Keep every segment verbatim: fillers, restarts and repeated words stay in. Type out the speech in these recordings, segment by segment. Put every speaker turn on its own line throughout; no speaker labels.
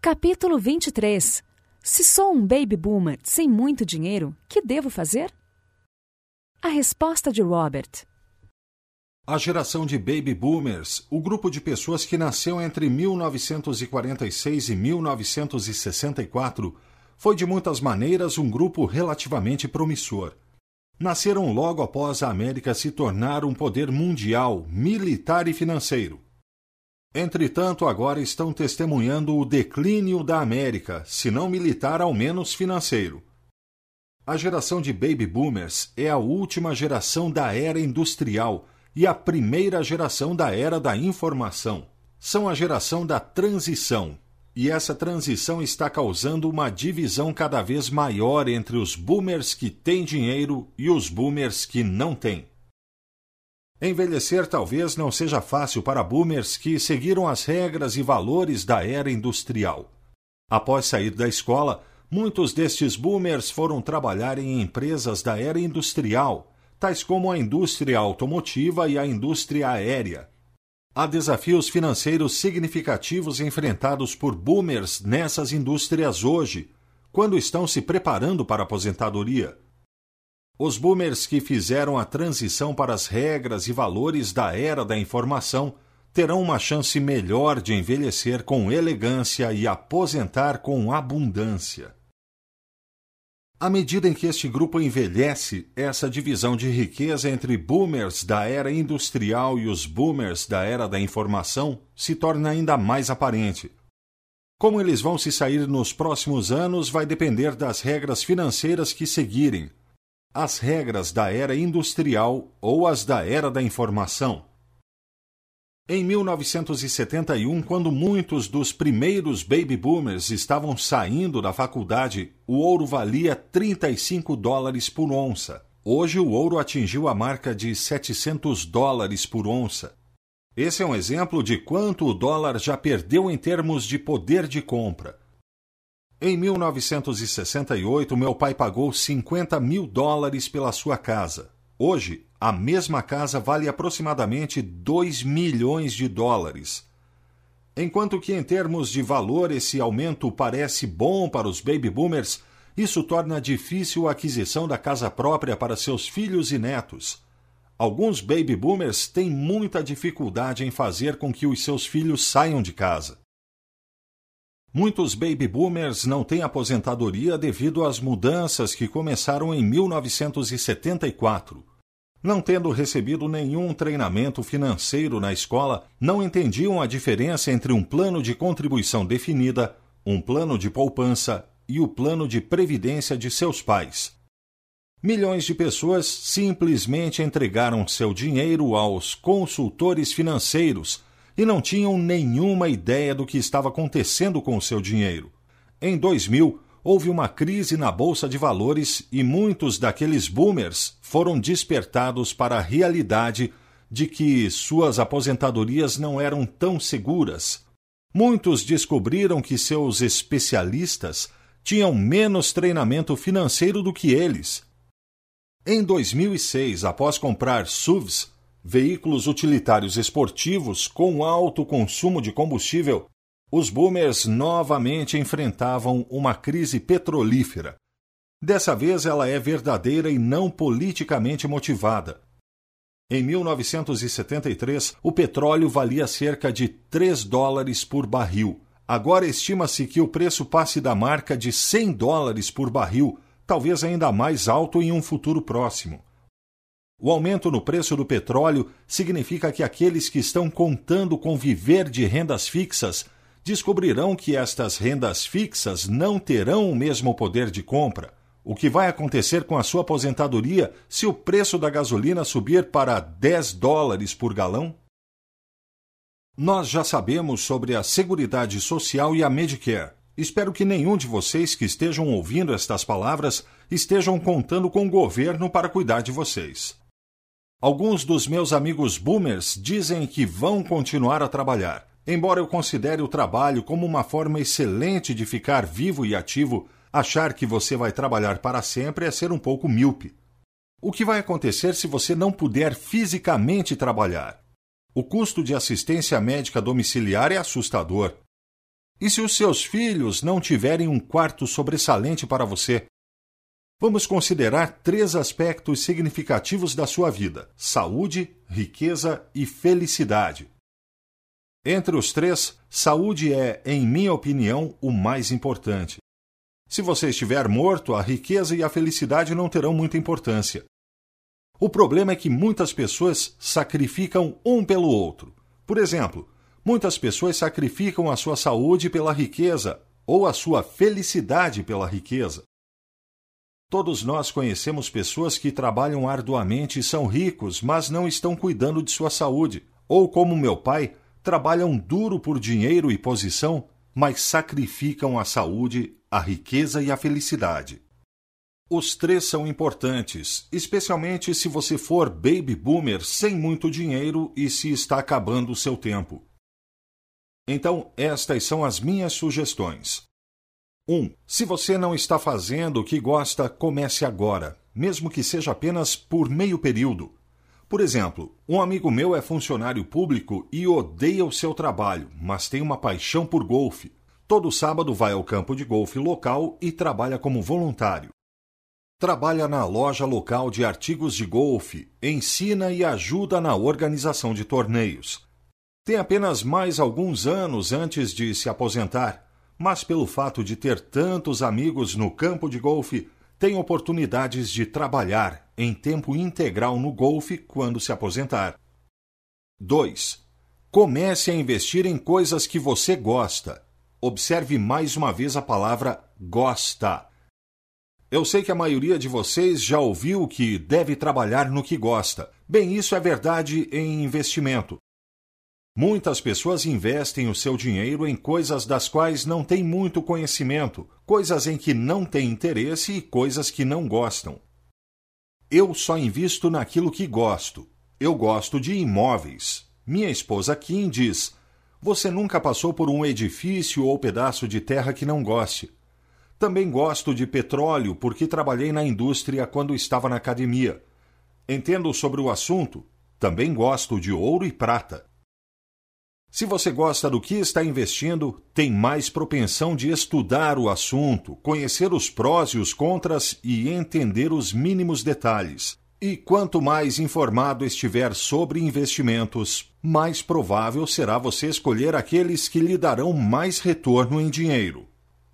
Capítulo vinte e três. Se sou um baby boomer sem muito dinheiro, que devo fazer? A resposta de Robert.
A geração de baby boomers, o grupo de pessoas que nasceu entre mil novecentos e quarenta e seis e mil novecentos e sessenta e quatro, foi de muitas maneiras um grupo relativamente promissor. Nasceram logo após a América se tornar um poder mundial, militar e financeiro. Entretanto, agora estão testemunhando o declínio da América, se não militar, ao menos financeiro. A geração de baby boomers é a última geração da era industrial e a primeira geração da era da informação. São a geração da transição, e essa transição está causando uma divisão cada vez maior entre os boomers que têm dinheiro e os boomers que não têm. Envelhecer talvez não seja fácil para boomers que seguiram as regras e valores da era industrial. Após sair da escola, muitos destes boomers foram trabalhar em empresas da era industrial, tais como a indústria automotiva e a indústria aérea. Há desafios financeiros significativos enfrentados por boomers nessas indústrias hoje, quando estão se preparando para a aposentadoria. Os boomers que fizeram a transição para as regras e valores da era da informação terão uma chance melhor de envelhecer com elegância e aposentar com abundância. À medida em que este grupo envelhece, essa divisão de riqueza entre boomers da era industrial e os boomers da era da informação se torna ainda mais aparente. Como eles vão se sair nos próximos anos vai depender das regras financeiras que seguirem. As regras da era industrial ou as da era da informação. Em mil novecentos e setenta e um, quando muitos dos primeiros baby boomers estavam saindo da faculdade, o ouro valia trinta e cinco dólares por onça. Hoje o ouro atingiu a marca de setecentos dólares por onça. Esse é um exemplo de quanto o dólar já perdeu em termos de poder de compra. Em mil novecentos e sessenta e oito, meu pai pagou cinquenta mil dólares pela sua casa. Hoje, a mesma casa vale aproximadamente dois milhões de dólares. Enquanto que, em termos de valor, esse aumento parece bom para os baby boomers, isso torna difícil a aquisição da casa própria para seus filhos e netos. Alguns baby boomers têm muita dificuldade em fazer com que os seus filhos saiam de casa. Muitos baby boomers não têm aposentadoria devido às mudanças que começaram em mil novecentos e setenta e quatro. Não tendo recebido nenhum treinamento financeiro na escola, não entendiam a diferença entre um plano de contribuição definida, um plano de poupança e o plano de previdência de seus pais. Milhões de pessoas simplesmente entregaram seu dinheiro aos consultores financeiros e não tinham nenhuma ideia do que estava acontecendo com o seu dinheiro. Em dois mil, houve uma crise na Bolsa de Valores e muitos daqueles boomers foram despertados para a realidade de que suas aposentadorias não eram tão seguras. Muitos descobriram que seus especialistas tinham menos treinamento financeiro do que eles. Em dois mil e seis, após comprar S U Vs, veículos utilitários esportivos com alto consumo de combustível, os boomers novamente enfrentavam uma crise petrolífera. Dessa vez ela é verdadeira e não politicamente motivada. Em mil novecentos e setenta e três, o petróleo valia cerca de três dólares por barril. Agora estima-se que o preço passe da marca de cem dólares por barril, talvez ainda mais alto em um futuro próximo. O aumento no preço do petróleo significa que aqueles que estão contando com viver de rendas fixas descobrirão que estas rendas fixas não terão o mesmo poder de compra. O que vai acontecer com a sua aposentadoria se o preço da gasolina subir para dez dólares por galão? Nós já sabemos sobre a Seguridade Social e a Medicare. Espero que nenhum de vocês que estejam ouvindo estas palavras estejam contando com o governo para cuidar de vocês. Alguns dos meus amigos boomers dizem que vão continuar a trabalhar. Embora eu considere o trabalho como uma forma excelente de ficar vivo e ativo, achar que você vai trabalhar para sempre é ser um pouco míope. O que vai acontecer se você não puder fisicamente trabalhar? O custo de assistência médica domiciliar é assustador. E se os seus filhos não tiverem um quarto sobressalente para você? Vamos considerar três aspectos significativos da sua vida: saúde, riqueza e felicidade. Entre os três, saúde é, em minha opinião, o mais importante. Se você estiver morto, a riqueza e a felicidade não terão muita importância. O problema é que muitas pessoas sacrificam um pelo outro. Por exemplo, muitas pessoas sacrificam a sua saúde pela riqueza ou a sua felicidade pela riqueza. Todos nós conhecemos pessoas que trabalham arduamente e são ricos, mas não estão cuidando de sua saúde. Ou, como meu pai, trabalham duro por dinheiro e posição, mas sacrificam a saúde, a riqueza e a felicidade. Os três são importantes, especialmente se você for baby boomer sem muito dinheiro e se está acabando o seu tempo. Então, estas são as minhas sugestões. um. Se você não está fazendo o que gosta, comece agora, mesmo que seja apenas por meio período. Por exemplo, um amigo meu é funcionário público e odeia o seu trabalho, mas tem uma paixão por golfe. Todo sábado vai ao campo de golfe local e trabalha como voluntário. Trabalha na loja local de artigos de golfe, ensina e ajuda na organização de torneios. Tem apenas mais alguns anos antes de se aposentar, mas pelo fato de ter tantos amigos no campo de golfe, tem oportunidades de trabalhar em tempo integral no golfe quando se aposentar. dois. Comece a investir em coisas que você gosta. Observe mais uma vez a palavra gosta. Eu sei que a maioria de vocês já ouviu que deve trabalhar no que gosta. Bem, isso é verdade em investimento. Muitas pessoas investem o seu dinheiro em coisas das quais não têm muito conhecimento, coisas em que não têm interesse e coisas que não gostam. Eu só invisto naquilo que gosto. Eu gosto de imóveis. Minha esposa Kim diz: você nunca passou por um edifício ou pedaço de terra que não goste. Também gosto de petróleo porque trabalhei na indústria quando estava na academia. Entendo sobre o assunto. Também gosto de ouro e prata. Se você gosta do que está investindo, tem mais propensão de estudar o assunto, conhecer os prós e os contras e entender os mínimos detalhes. E quanto mais informado estiver sobre investimentos, mais provável será você escolher aqueles que lhe darão mais retorno em dinheiro.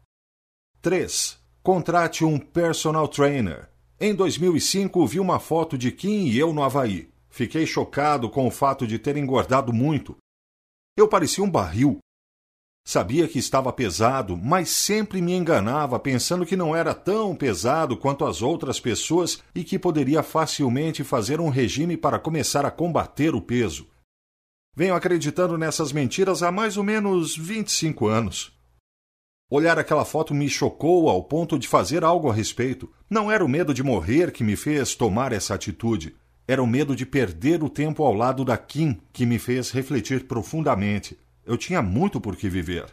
três. Contrate um personal trainer. Em dois mil e cinco, vi uma foto de Kim e eu no Havaí. Fiquei chocado com o fato de ter engordado muito. Eu parecia um barril. Sabia que estava pesado, mas sempre me enganava pensando que não era tão pesado quanto as outras pessoas e que poderia facilmente fazer um regime para começar a combater o peso. Venho acreditando nessas mentiras há mais ou menos vinte e cinco anos. Olhar aquela foto me chocou ao ponto de fazer algo a respeito. Não era o medo de morrer que me fez tomar essa atitude. Era o medo de perder o tempo ao lado da Kim que me fez refletir profundamente. Eu tinha muito por que viver.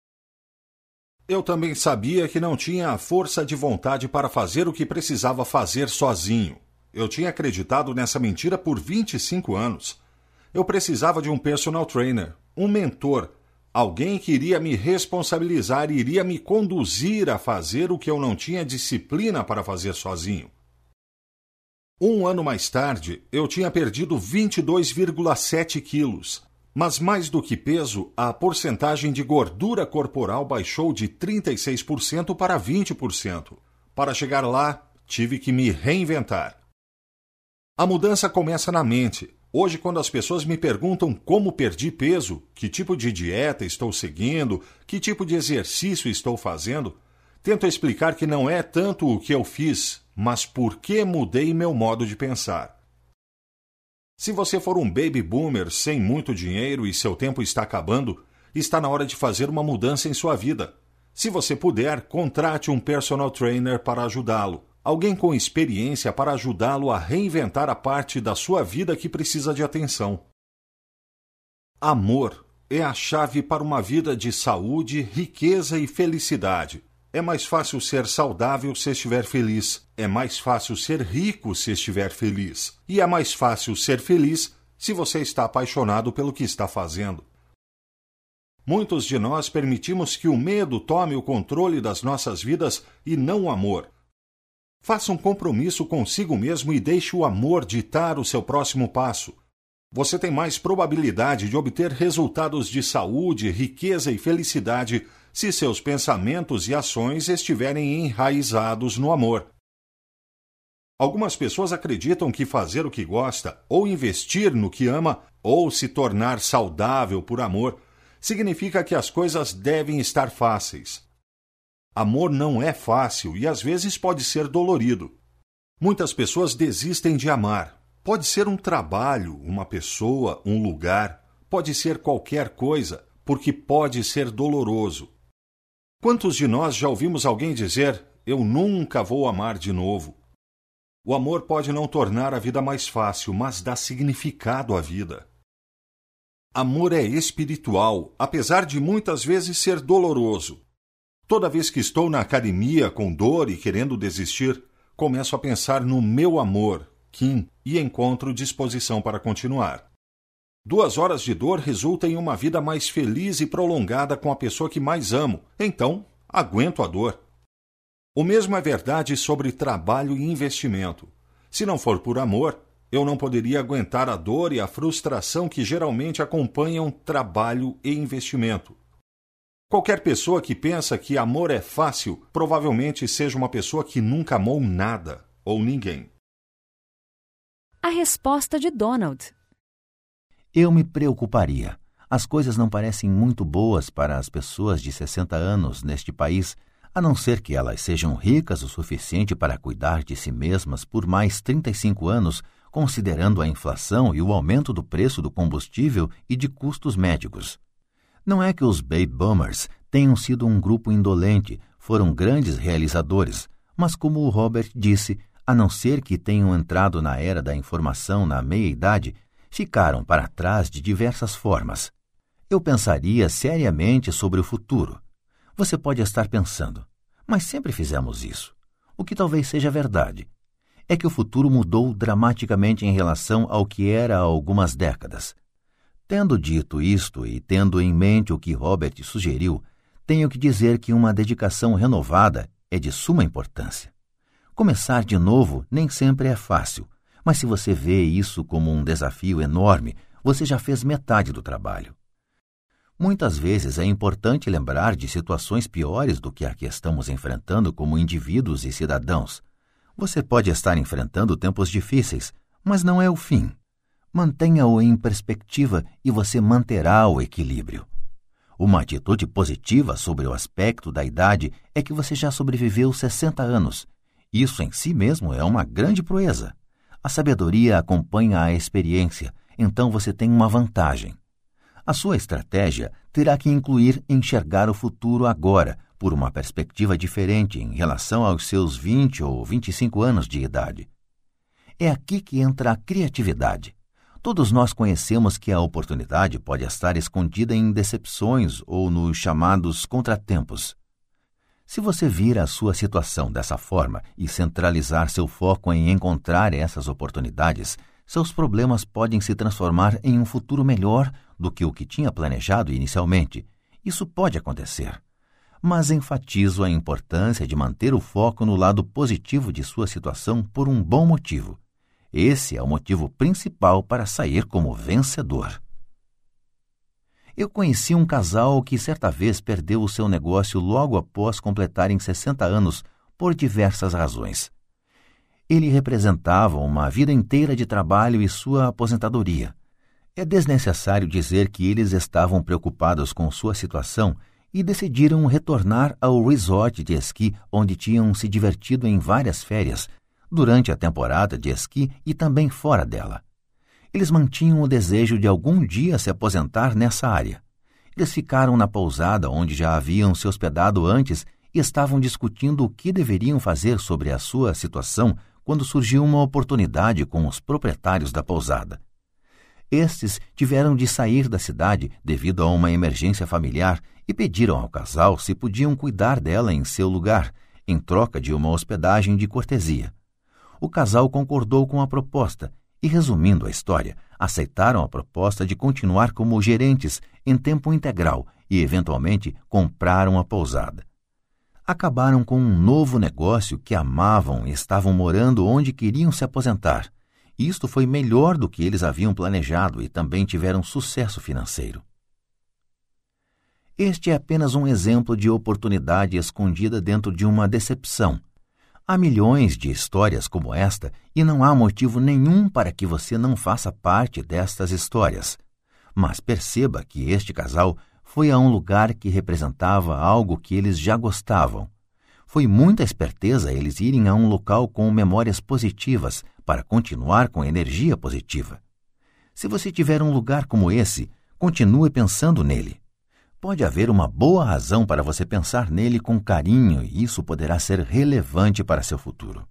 Eu também sabia que não tinha a força de vontade para fazer o que precisava fazer sozinho. Eu tinha acreditado nessa mentira por vinte e cinco anos. Eu precisava de um personal trainer, um mentor, alguém que iria me responsabilizar e iria me conduzir a fazer o que eu não tinha disciplina para fazer sozinho. Um ano mais tarde, eu tinha perdido vinte e dois vírgula sete quilos, mas mais do que peso, a porcentagem de gordura corporal baixou de trinta e seis por cento para vinte por cento. Para chegar lá, tive que me reinventar. A mudança começa na mente. Hoje, quando as pessoas me perguntam como perdi peso, que tipo de dieta estou seguindo, que tipo de exercício estou fazendo, tento explicar que não é tanto o que eu fiz, mas por que mudei meu modo de pensar. Se você for um baby boomer sem muito dinheiro e seu tempo está acabando, está na hora de fazer uma mudança em sua vida. Se você puder, contrate um personal trainer para ajudá-lo. Alguém com experiência para ajudá-lo a reinventar a parte da sua vida que precisa de atenção. Amor é a chave para uma vida de saúde, riqueza e felicidade. É mais fácil ser saudável se estiver feliz. É mais fácil ser rico se estiver feliz. E é mais fácil ser feliz se você está apaixonado pelo que está fazendo. Muitos de nós permitimos que o medo tome o controle das nossas vidas e não o amor. Faça um compromisso consigo mesmo e deixe o amor ditar o seu próximo passo. Você tem mais probabilidade de obter resultados de saúde, riqueza e felicidade se seus pensamentos e ações estiverem enraizados no amor. Algumas pessoas acreditam que fazer o que gosta, ou investir no que ama, ou se tornar saudável por amor, significa que as coisas devem estar fáceis. Amor não é fácil e às vezes pode ser dolorido. Muitas pessoas desistem de amar. Pode ser um trabalho, uma pessoa, um lugar, pode ser qualquer coisa, porque pode ser doloroso. Quantos de nós já ouvimos alguém dizer, eu nunca vou amar de novo? O amor pode não tornar a vida mais fácil, mas dá significado à vida. Amor é espiritual, apesar de muitas vezes ser doloroso. Toda vez que estou na academia com dor e querendo desistir, começo a pensar no meu amor, Kim, e encontro disposição para continuar. Duas horas de dor resultam em uma vida mais feliz e prolongada com a pessoa que mais amo, então aguento a dor. O mesmo é verdade sobre trabalho e investimento. Se não for por amor, eu não poderia aguentar a dor e a frustração que geralmente acompanham trabalho e investimento. Qualquer pessoa que pensa que amor é fácil, provavelmente seja uma pessoa que nunca amou nada ou ninguém.
A resposta de Donald.
Eu me preocuparia. As coisas não parecem muito boas para as pessoas de sessenta anos neste país, a não ser que elas sejam ricas o suficiente para cuidar de si mesmas por mais trinta e cinco anos, considerando a inflação e o aumento do preço do combustível e de custos médicos. Não é que os Baby Boomers tenham sido um grupo indolente, foram grandes realizadores, mas como o Robert disse, a não ser que tenham entrado na era da informação na meia-idade, ficaram para trás de diversas formas. Eu pensaria seriamente sobre o futuro. Você pode estar pensando, mas sempre fizemos isso. O que talvez seja verdade é que o futuro mudou dramaticamente em relação ao que era há algumas décadas. Tendo dito isto e tendo em mente o que Robert sugeriu, tenho que dizer que uma dedicação renovada é de suma importância. Começar de novo nem sempre é fácil, mas se você vê isso como um desafio enorme, você já fez metade do trabalho. Muitas vezes é importante lembrar de situações piores do que a que estamos enfrentando como indivíduos e cidadãos. Você pode estar enfrentando tempos difíceis, mas não é o fim. Mantenha-o em perspectiva e você manterá o equilíbrio. Uma atitude positiva sobre o aspecto da idade é que você já sobreviveu sessenta anos. Isso em si mesmo é uma grande proeza. A sabedoria acompanha a experiência, então você tem uma vantagem. A sua estratégia terá que incluir enxergar o futuro agora, por uma perspectiva diferente em relação aos seus vinte ou vinte e cinco anos de idade. É aqui que entra a criatividade. Todos nós conhecemos que a oportunidade pode estar escondida em decepções ou nos chamados contratempos. Se você vir a sua situação dessa forma e centralizar seu foco em encontrar essas oportunidades, seus problemas podem se transformar em um futuro melhor do que o que tinha planejado inicialmente. Isso pode acontecer. Mas enfatizo a importância de manter o foco no lado positivo de sua situação por um bom motivo. Esse é o motivo principal para sair como vencedor. Eu conheci um casal que certa vez perdeu o seu negócio logo após completarem sessenta anos por diversas razões. Ele representava uma vida inteira de trabalho e sua aposentadoria. É desnecessário dizer que eles estavam preocupados com sua situação e decidiram retornar ao resort de esqui onde tinham se divertido em várias férias, durante a temporada de esqui e também fora dela. Eles mantinham o desejo de algum dia se aposentar nessa área. Eles ficaram na pousada onde já haviam se hospedado antes e estavam discutindo o que deveriam fazer sobre a sua situação quando surgiu uma oportunidade com os proprietários da pousada. Estes tiveram de sair da cidade devido a uma emergência familiar e pediram ao casal se podiam cuidar dela em seu lugar, em troca de uma hospedagem de cortesia. O casal concordou com a proposta e, resumindo a história, aceitaram a proposta de continuar como gerentes em tempo integral e, eventualmente, compraram a pousada. Acabaram com um novo negócio que amavam e estavam morando onde queriam se aposentar. Isto foi melhor do que eles haviam planejado e também tiveram sucesso financeiro. Este é apenas um exemplo de oportunidade escondida dentro de uma decepção. Há milhões de histórias como esta e não há motivo nenhum para que você não faça parte destas histórias. Mas perceba que este casal foi a um lugar que representava algo que eles já gostavam. Foi muita esperteza eles irem a um local com memórias positivas para continuar com energia positiva. Se você tiver um lugar como esse, continue pensando nele. Pode haver uma boa razão para você pensar nele com carinho e isso poderá ser relevante para seu futuro.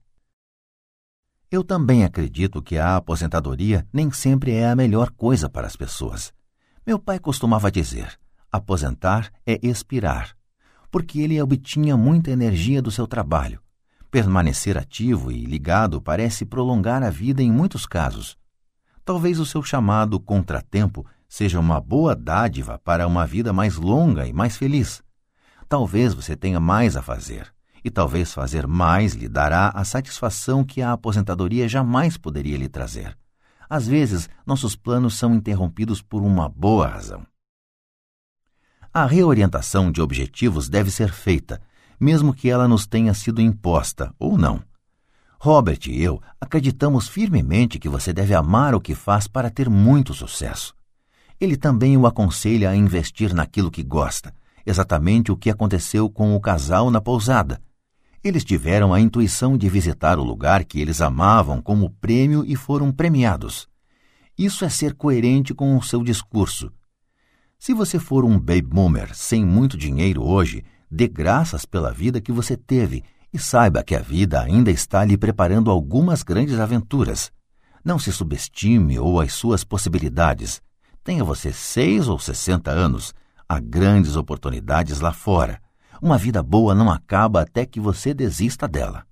Eu também acredito que a aposentadoria nem sempre é a melhor coisa para as pessoas. Meu pai costumava dizer, aposentar é expirar, porque ele obtinha muita energia do seu trabalho. Permanecer ativo e ligado parece prolongar a vida em muitos casos. Talvez o seu chamado contratempo seja uma boa dádiva para uma vida mais longa e mais feliz. Talvez você tenha mais a fazer, e talvez fazer mais lhe dará a satisfação que a aposentadoria jamais poderia lhe trazer. Às vezes, nossos planos são interrompidos por uma boa razão. A reorientação de objetivos deve ser feita, mesmo que ela nos tenha sido imposta ou não. Robert e eu acreditamos firmemente que você deve amar o que faz para ter muito sucesso. Ele também o aconselha a investir naquilo que gosta, exatamente o que aconteceu com o casal na pousada. Eles tiveram a intuição de visitar o lugar que eles amavam como prêmio e foram premiados. Isso é ser coerente com o seu discurso. Se você for um baby boomer sem muito dinheiro hoje, dê graças pela vida que você teve e saiba que a vida ainda está lhe preparando algumas grandes aventuras. Não se subestime ou as suas possibilidades. Tenha você seis ou sessenta anos, há grandes oportunidades lá fora. Uma vida boa não acaba até que você desista dela.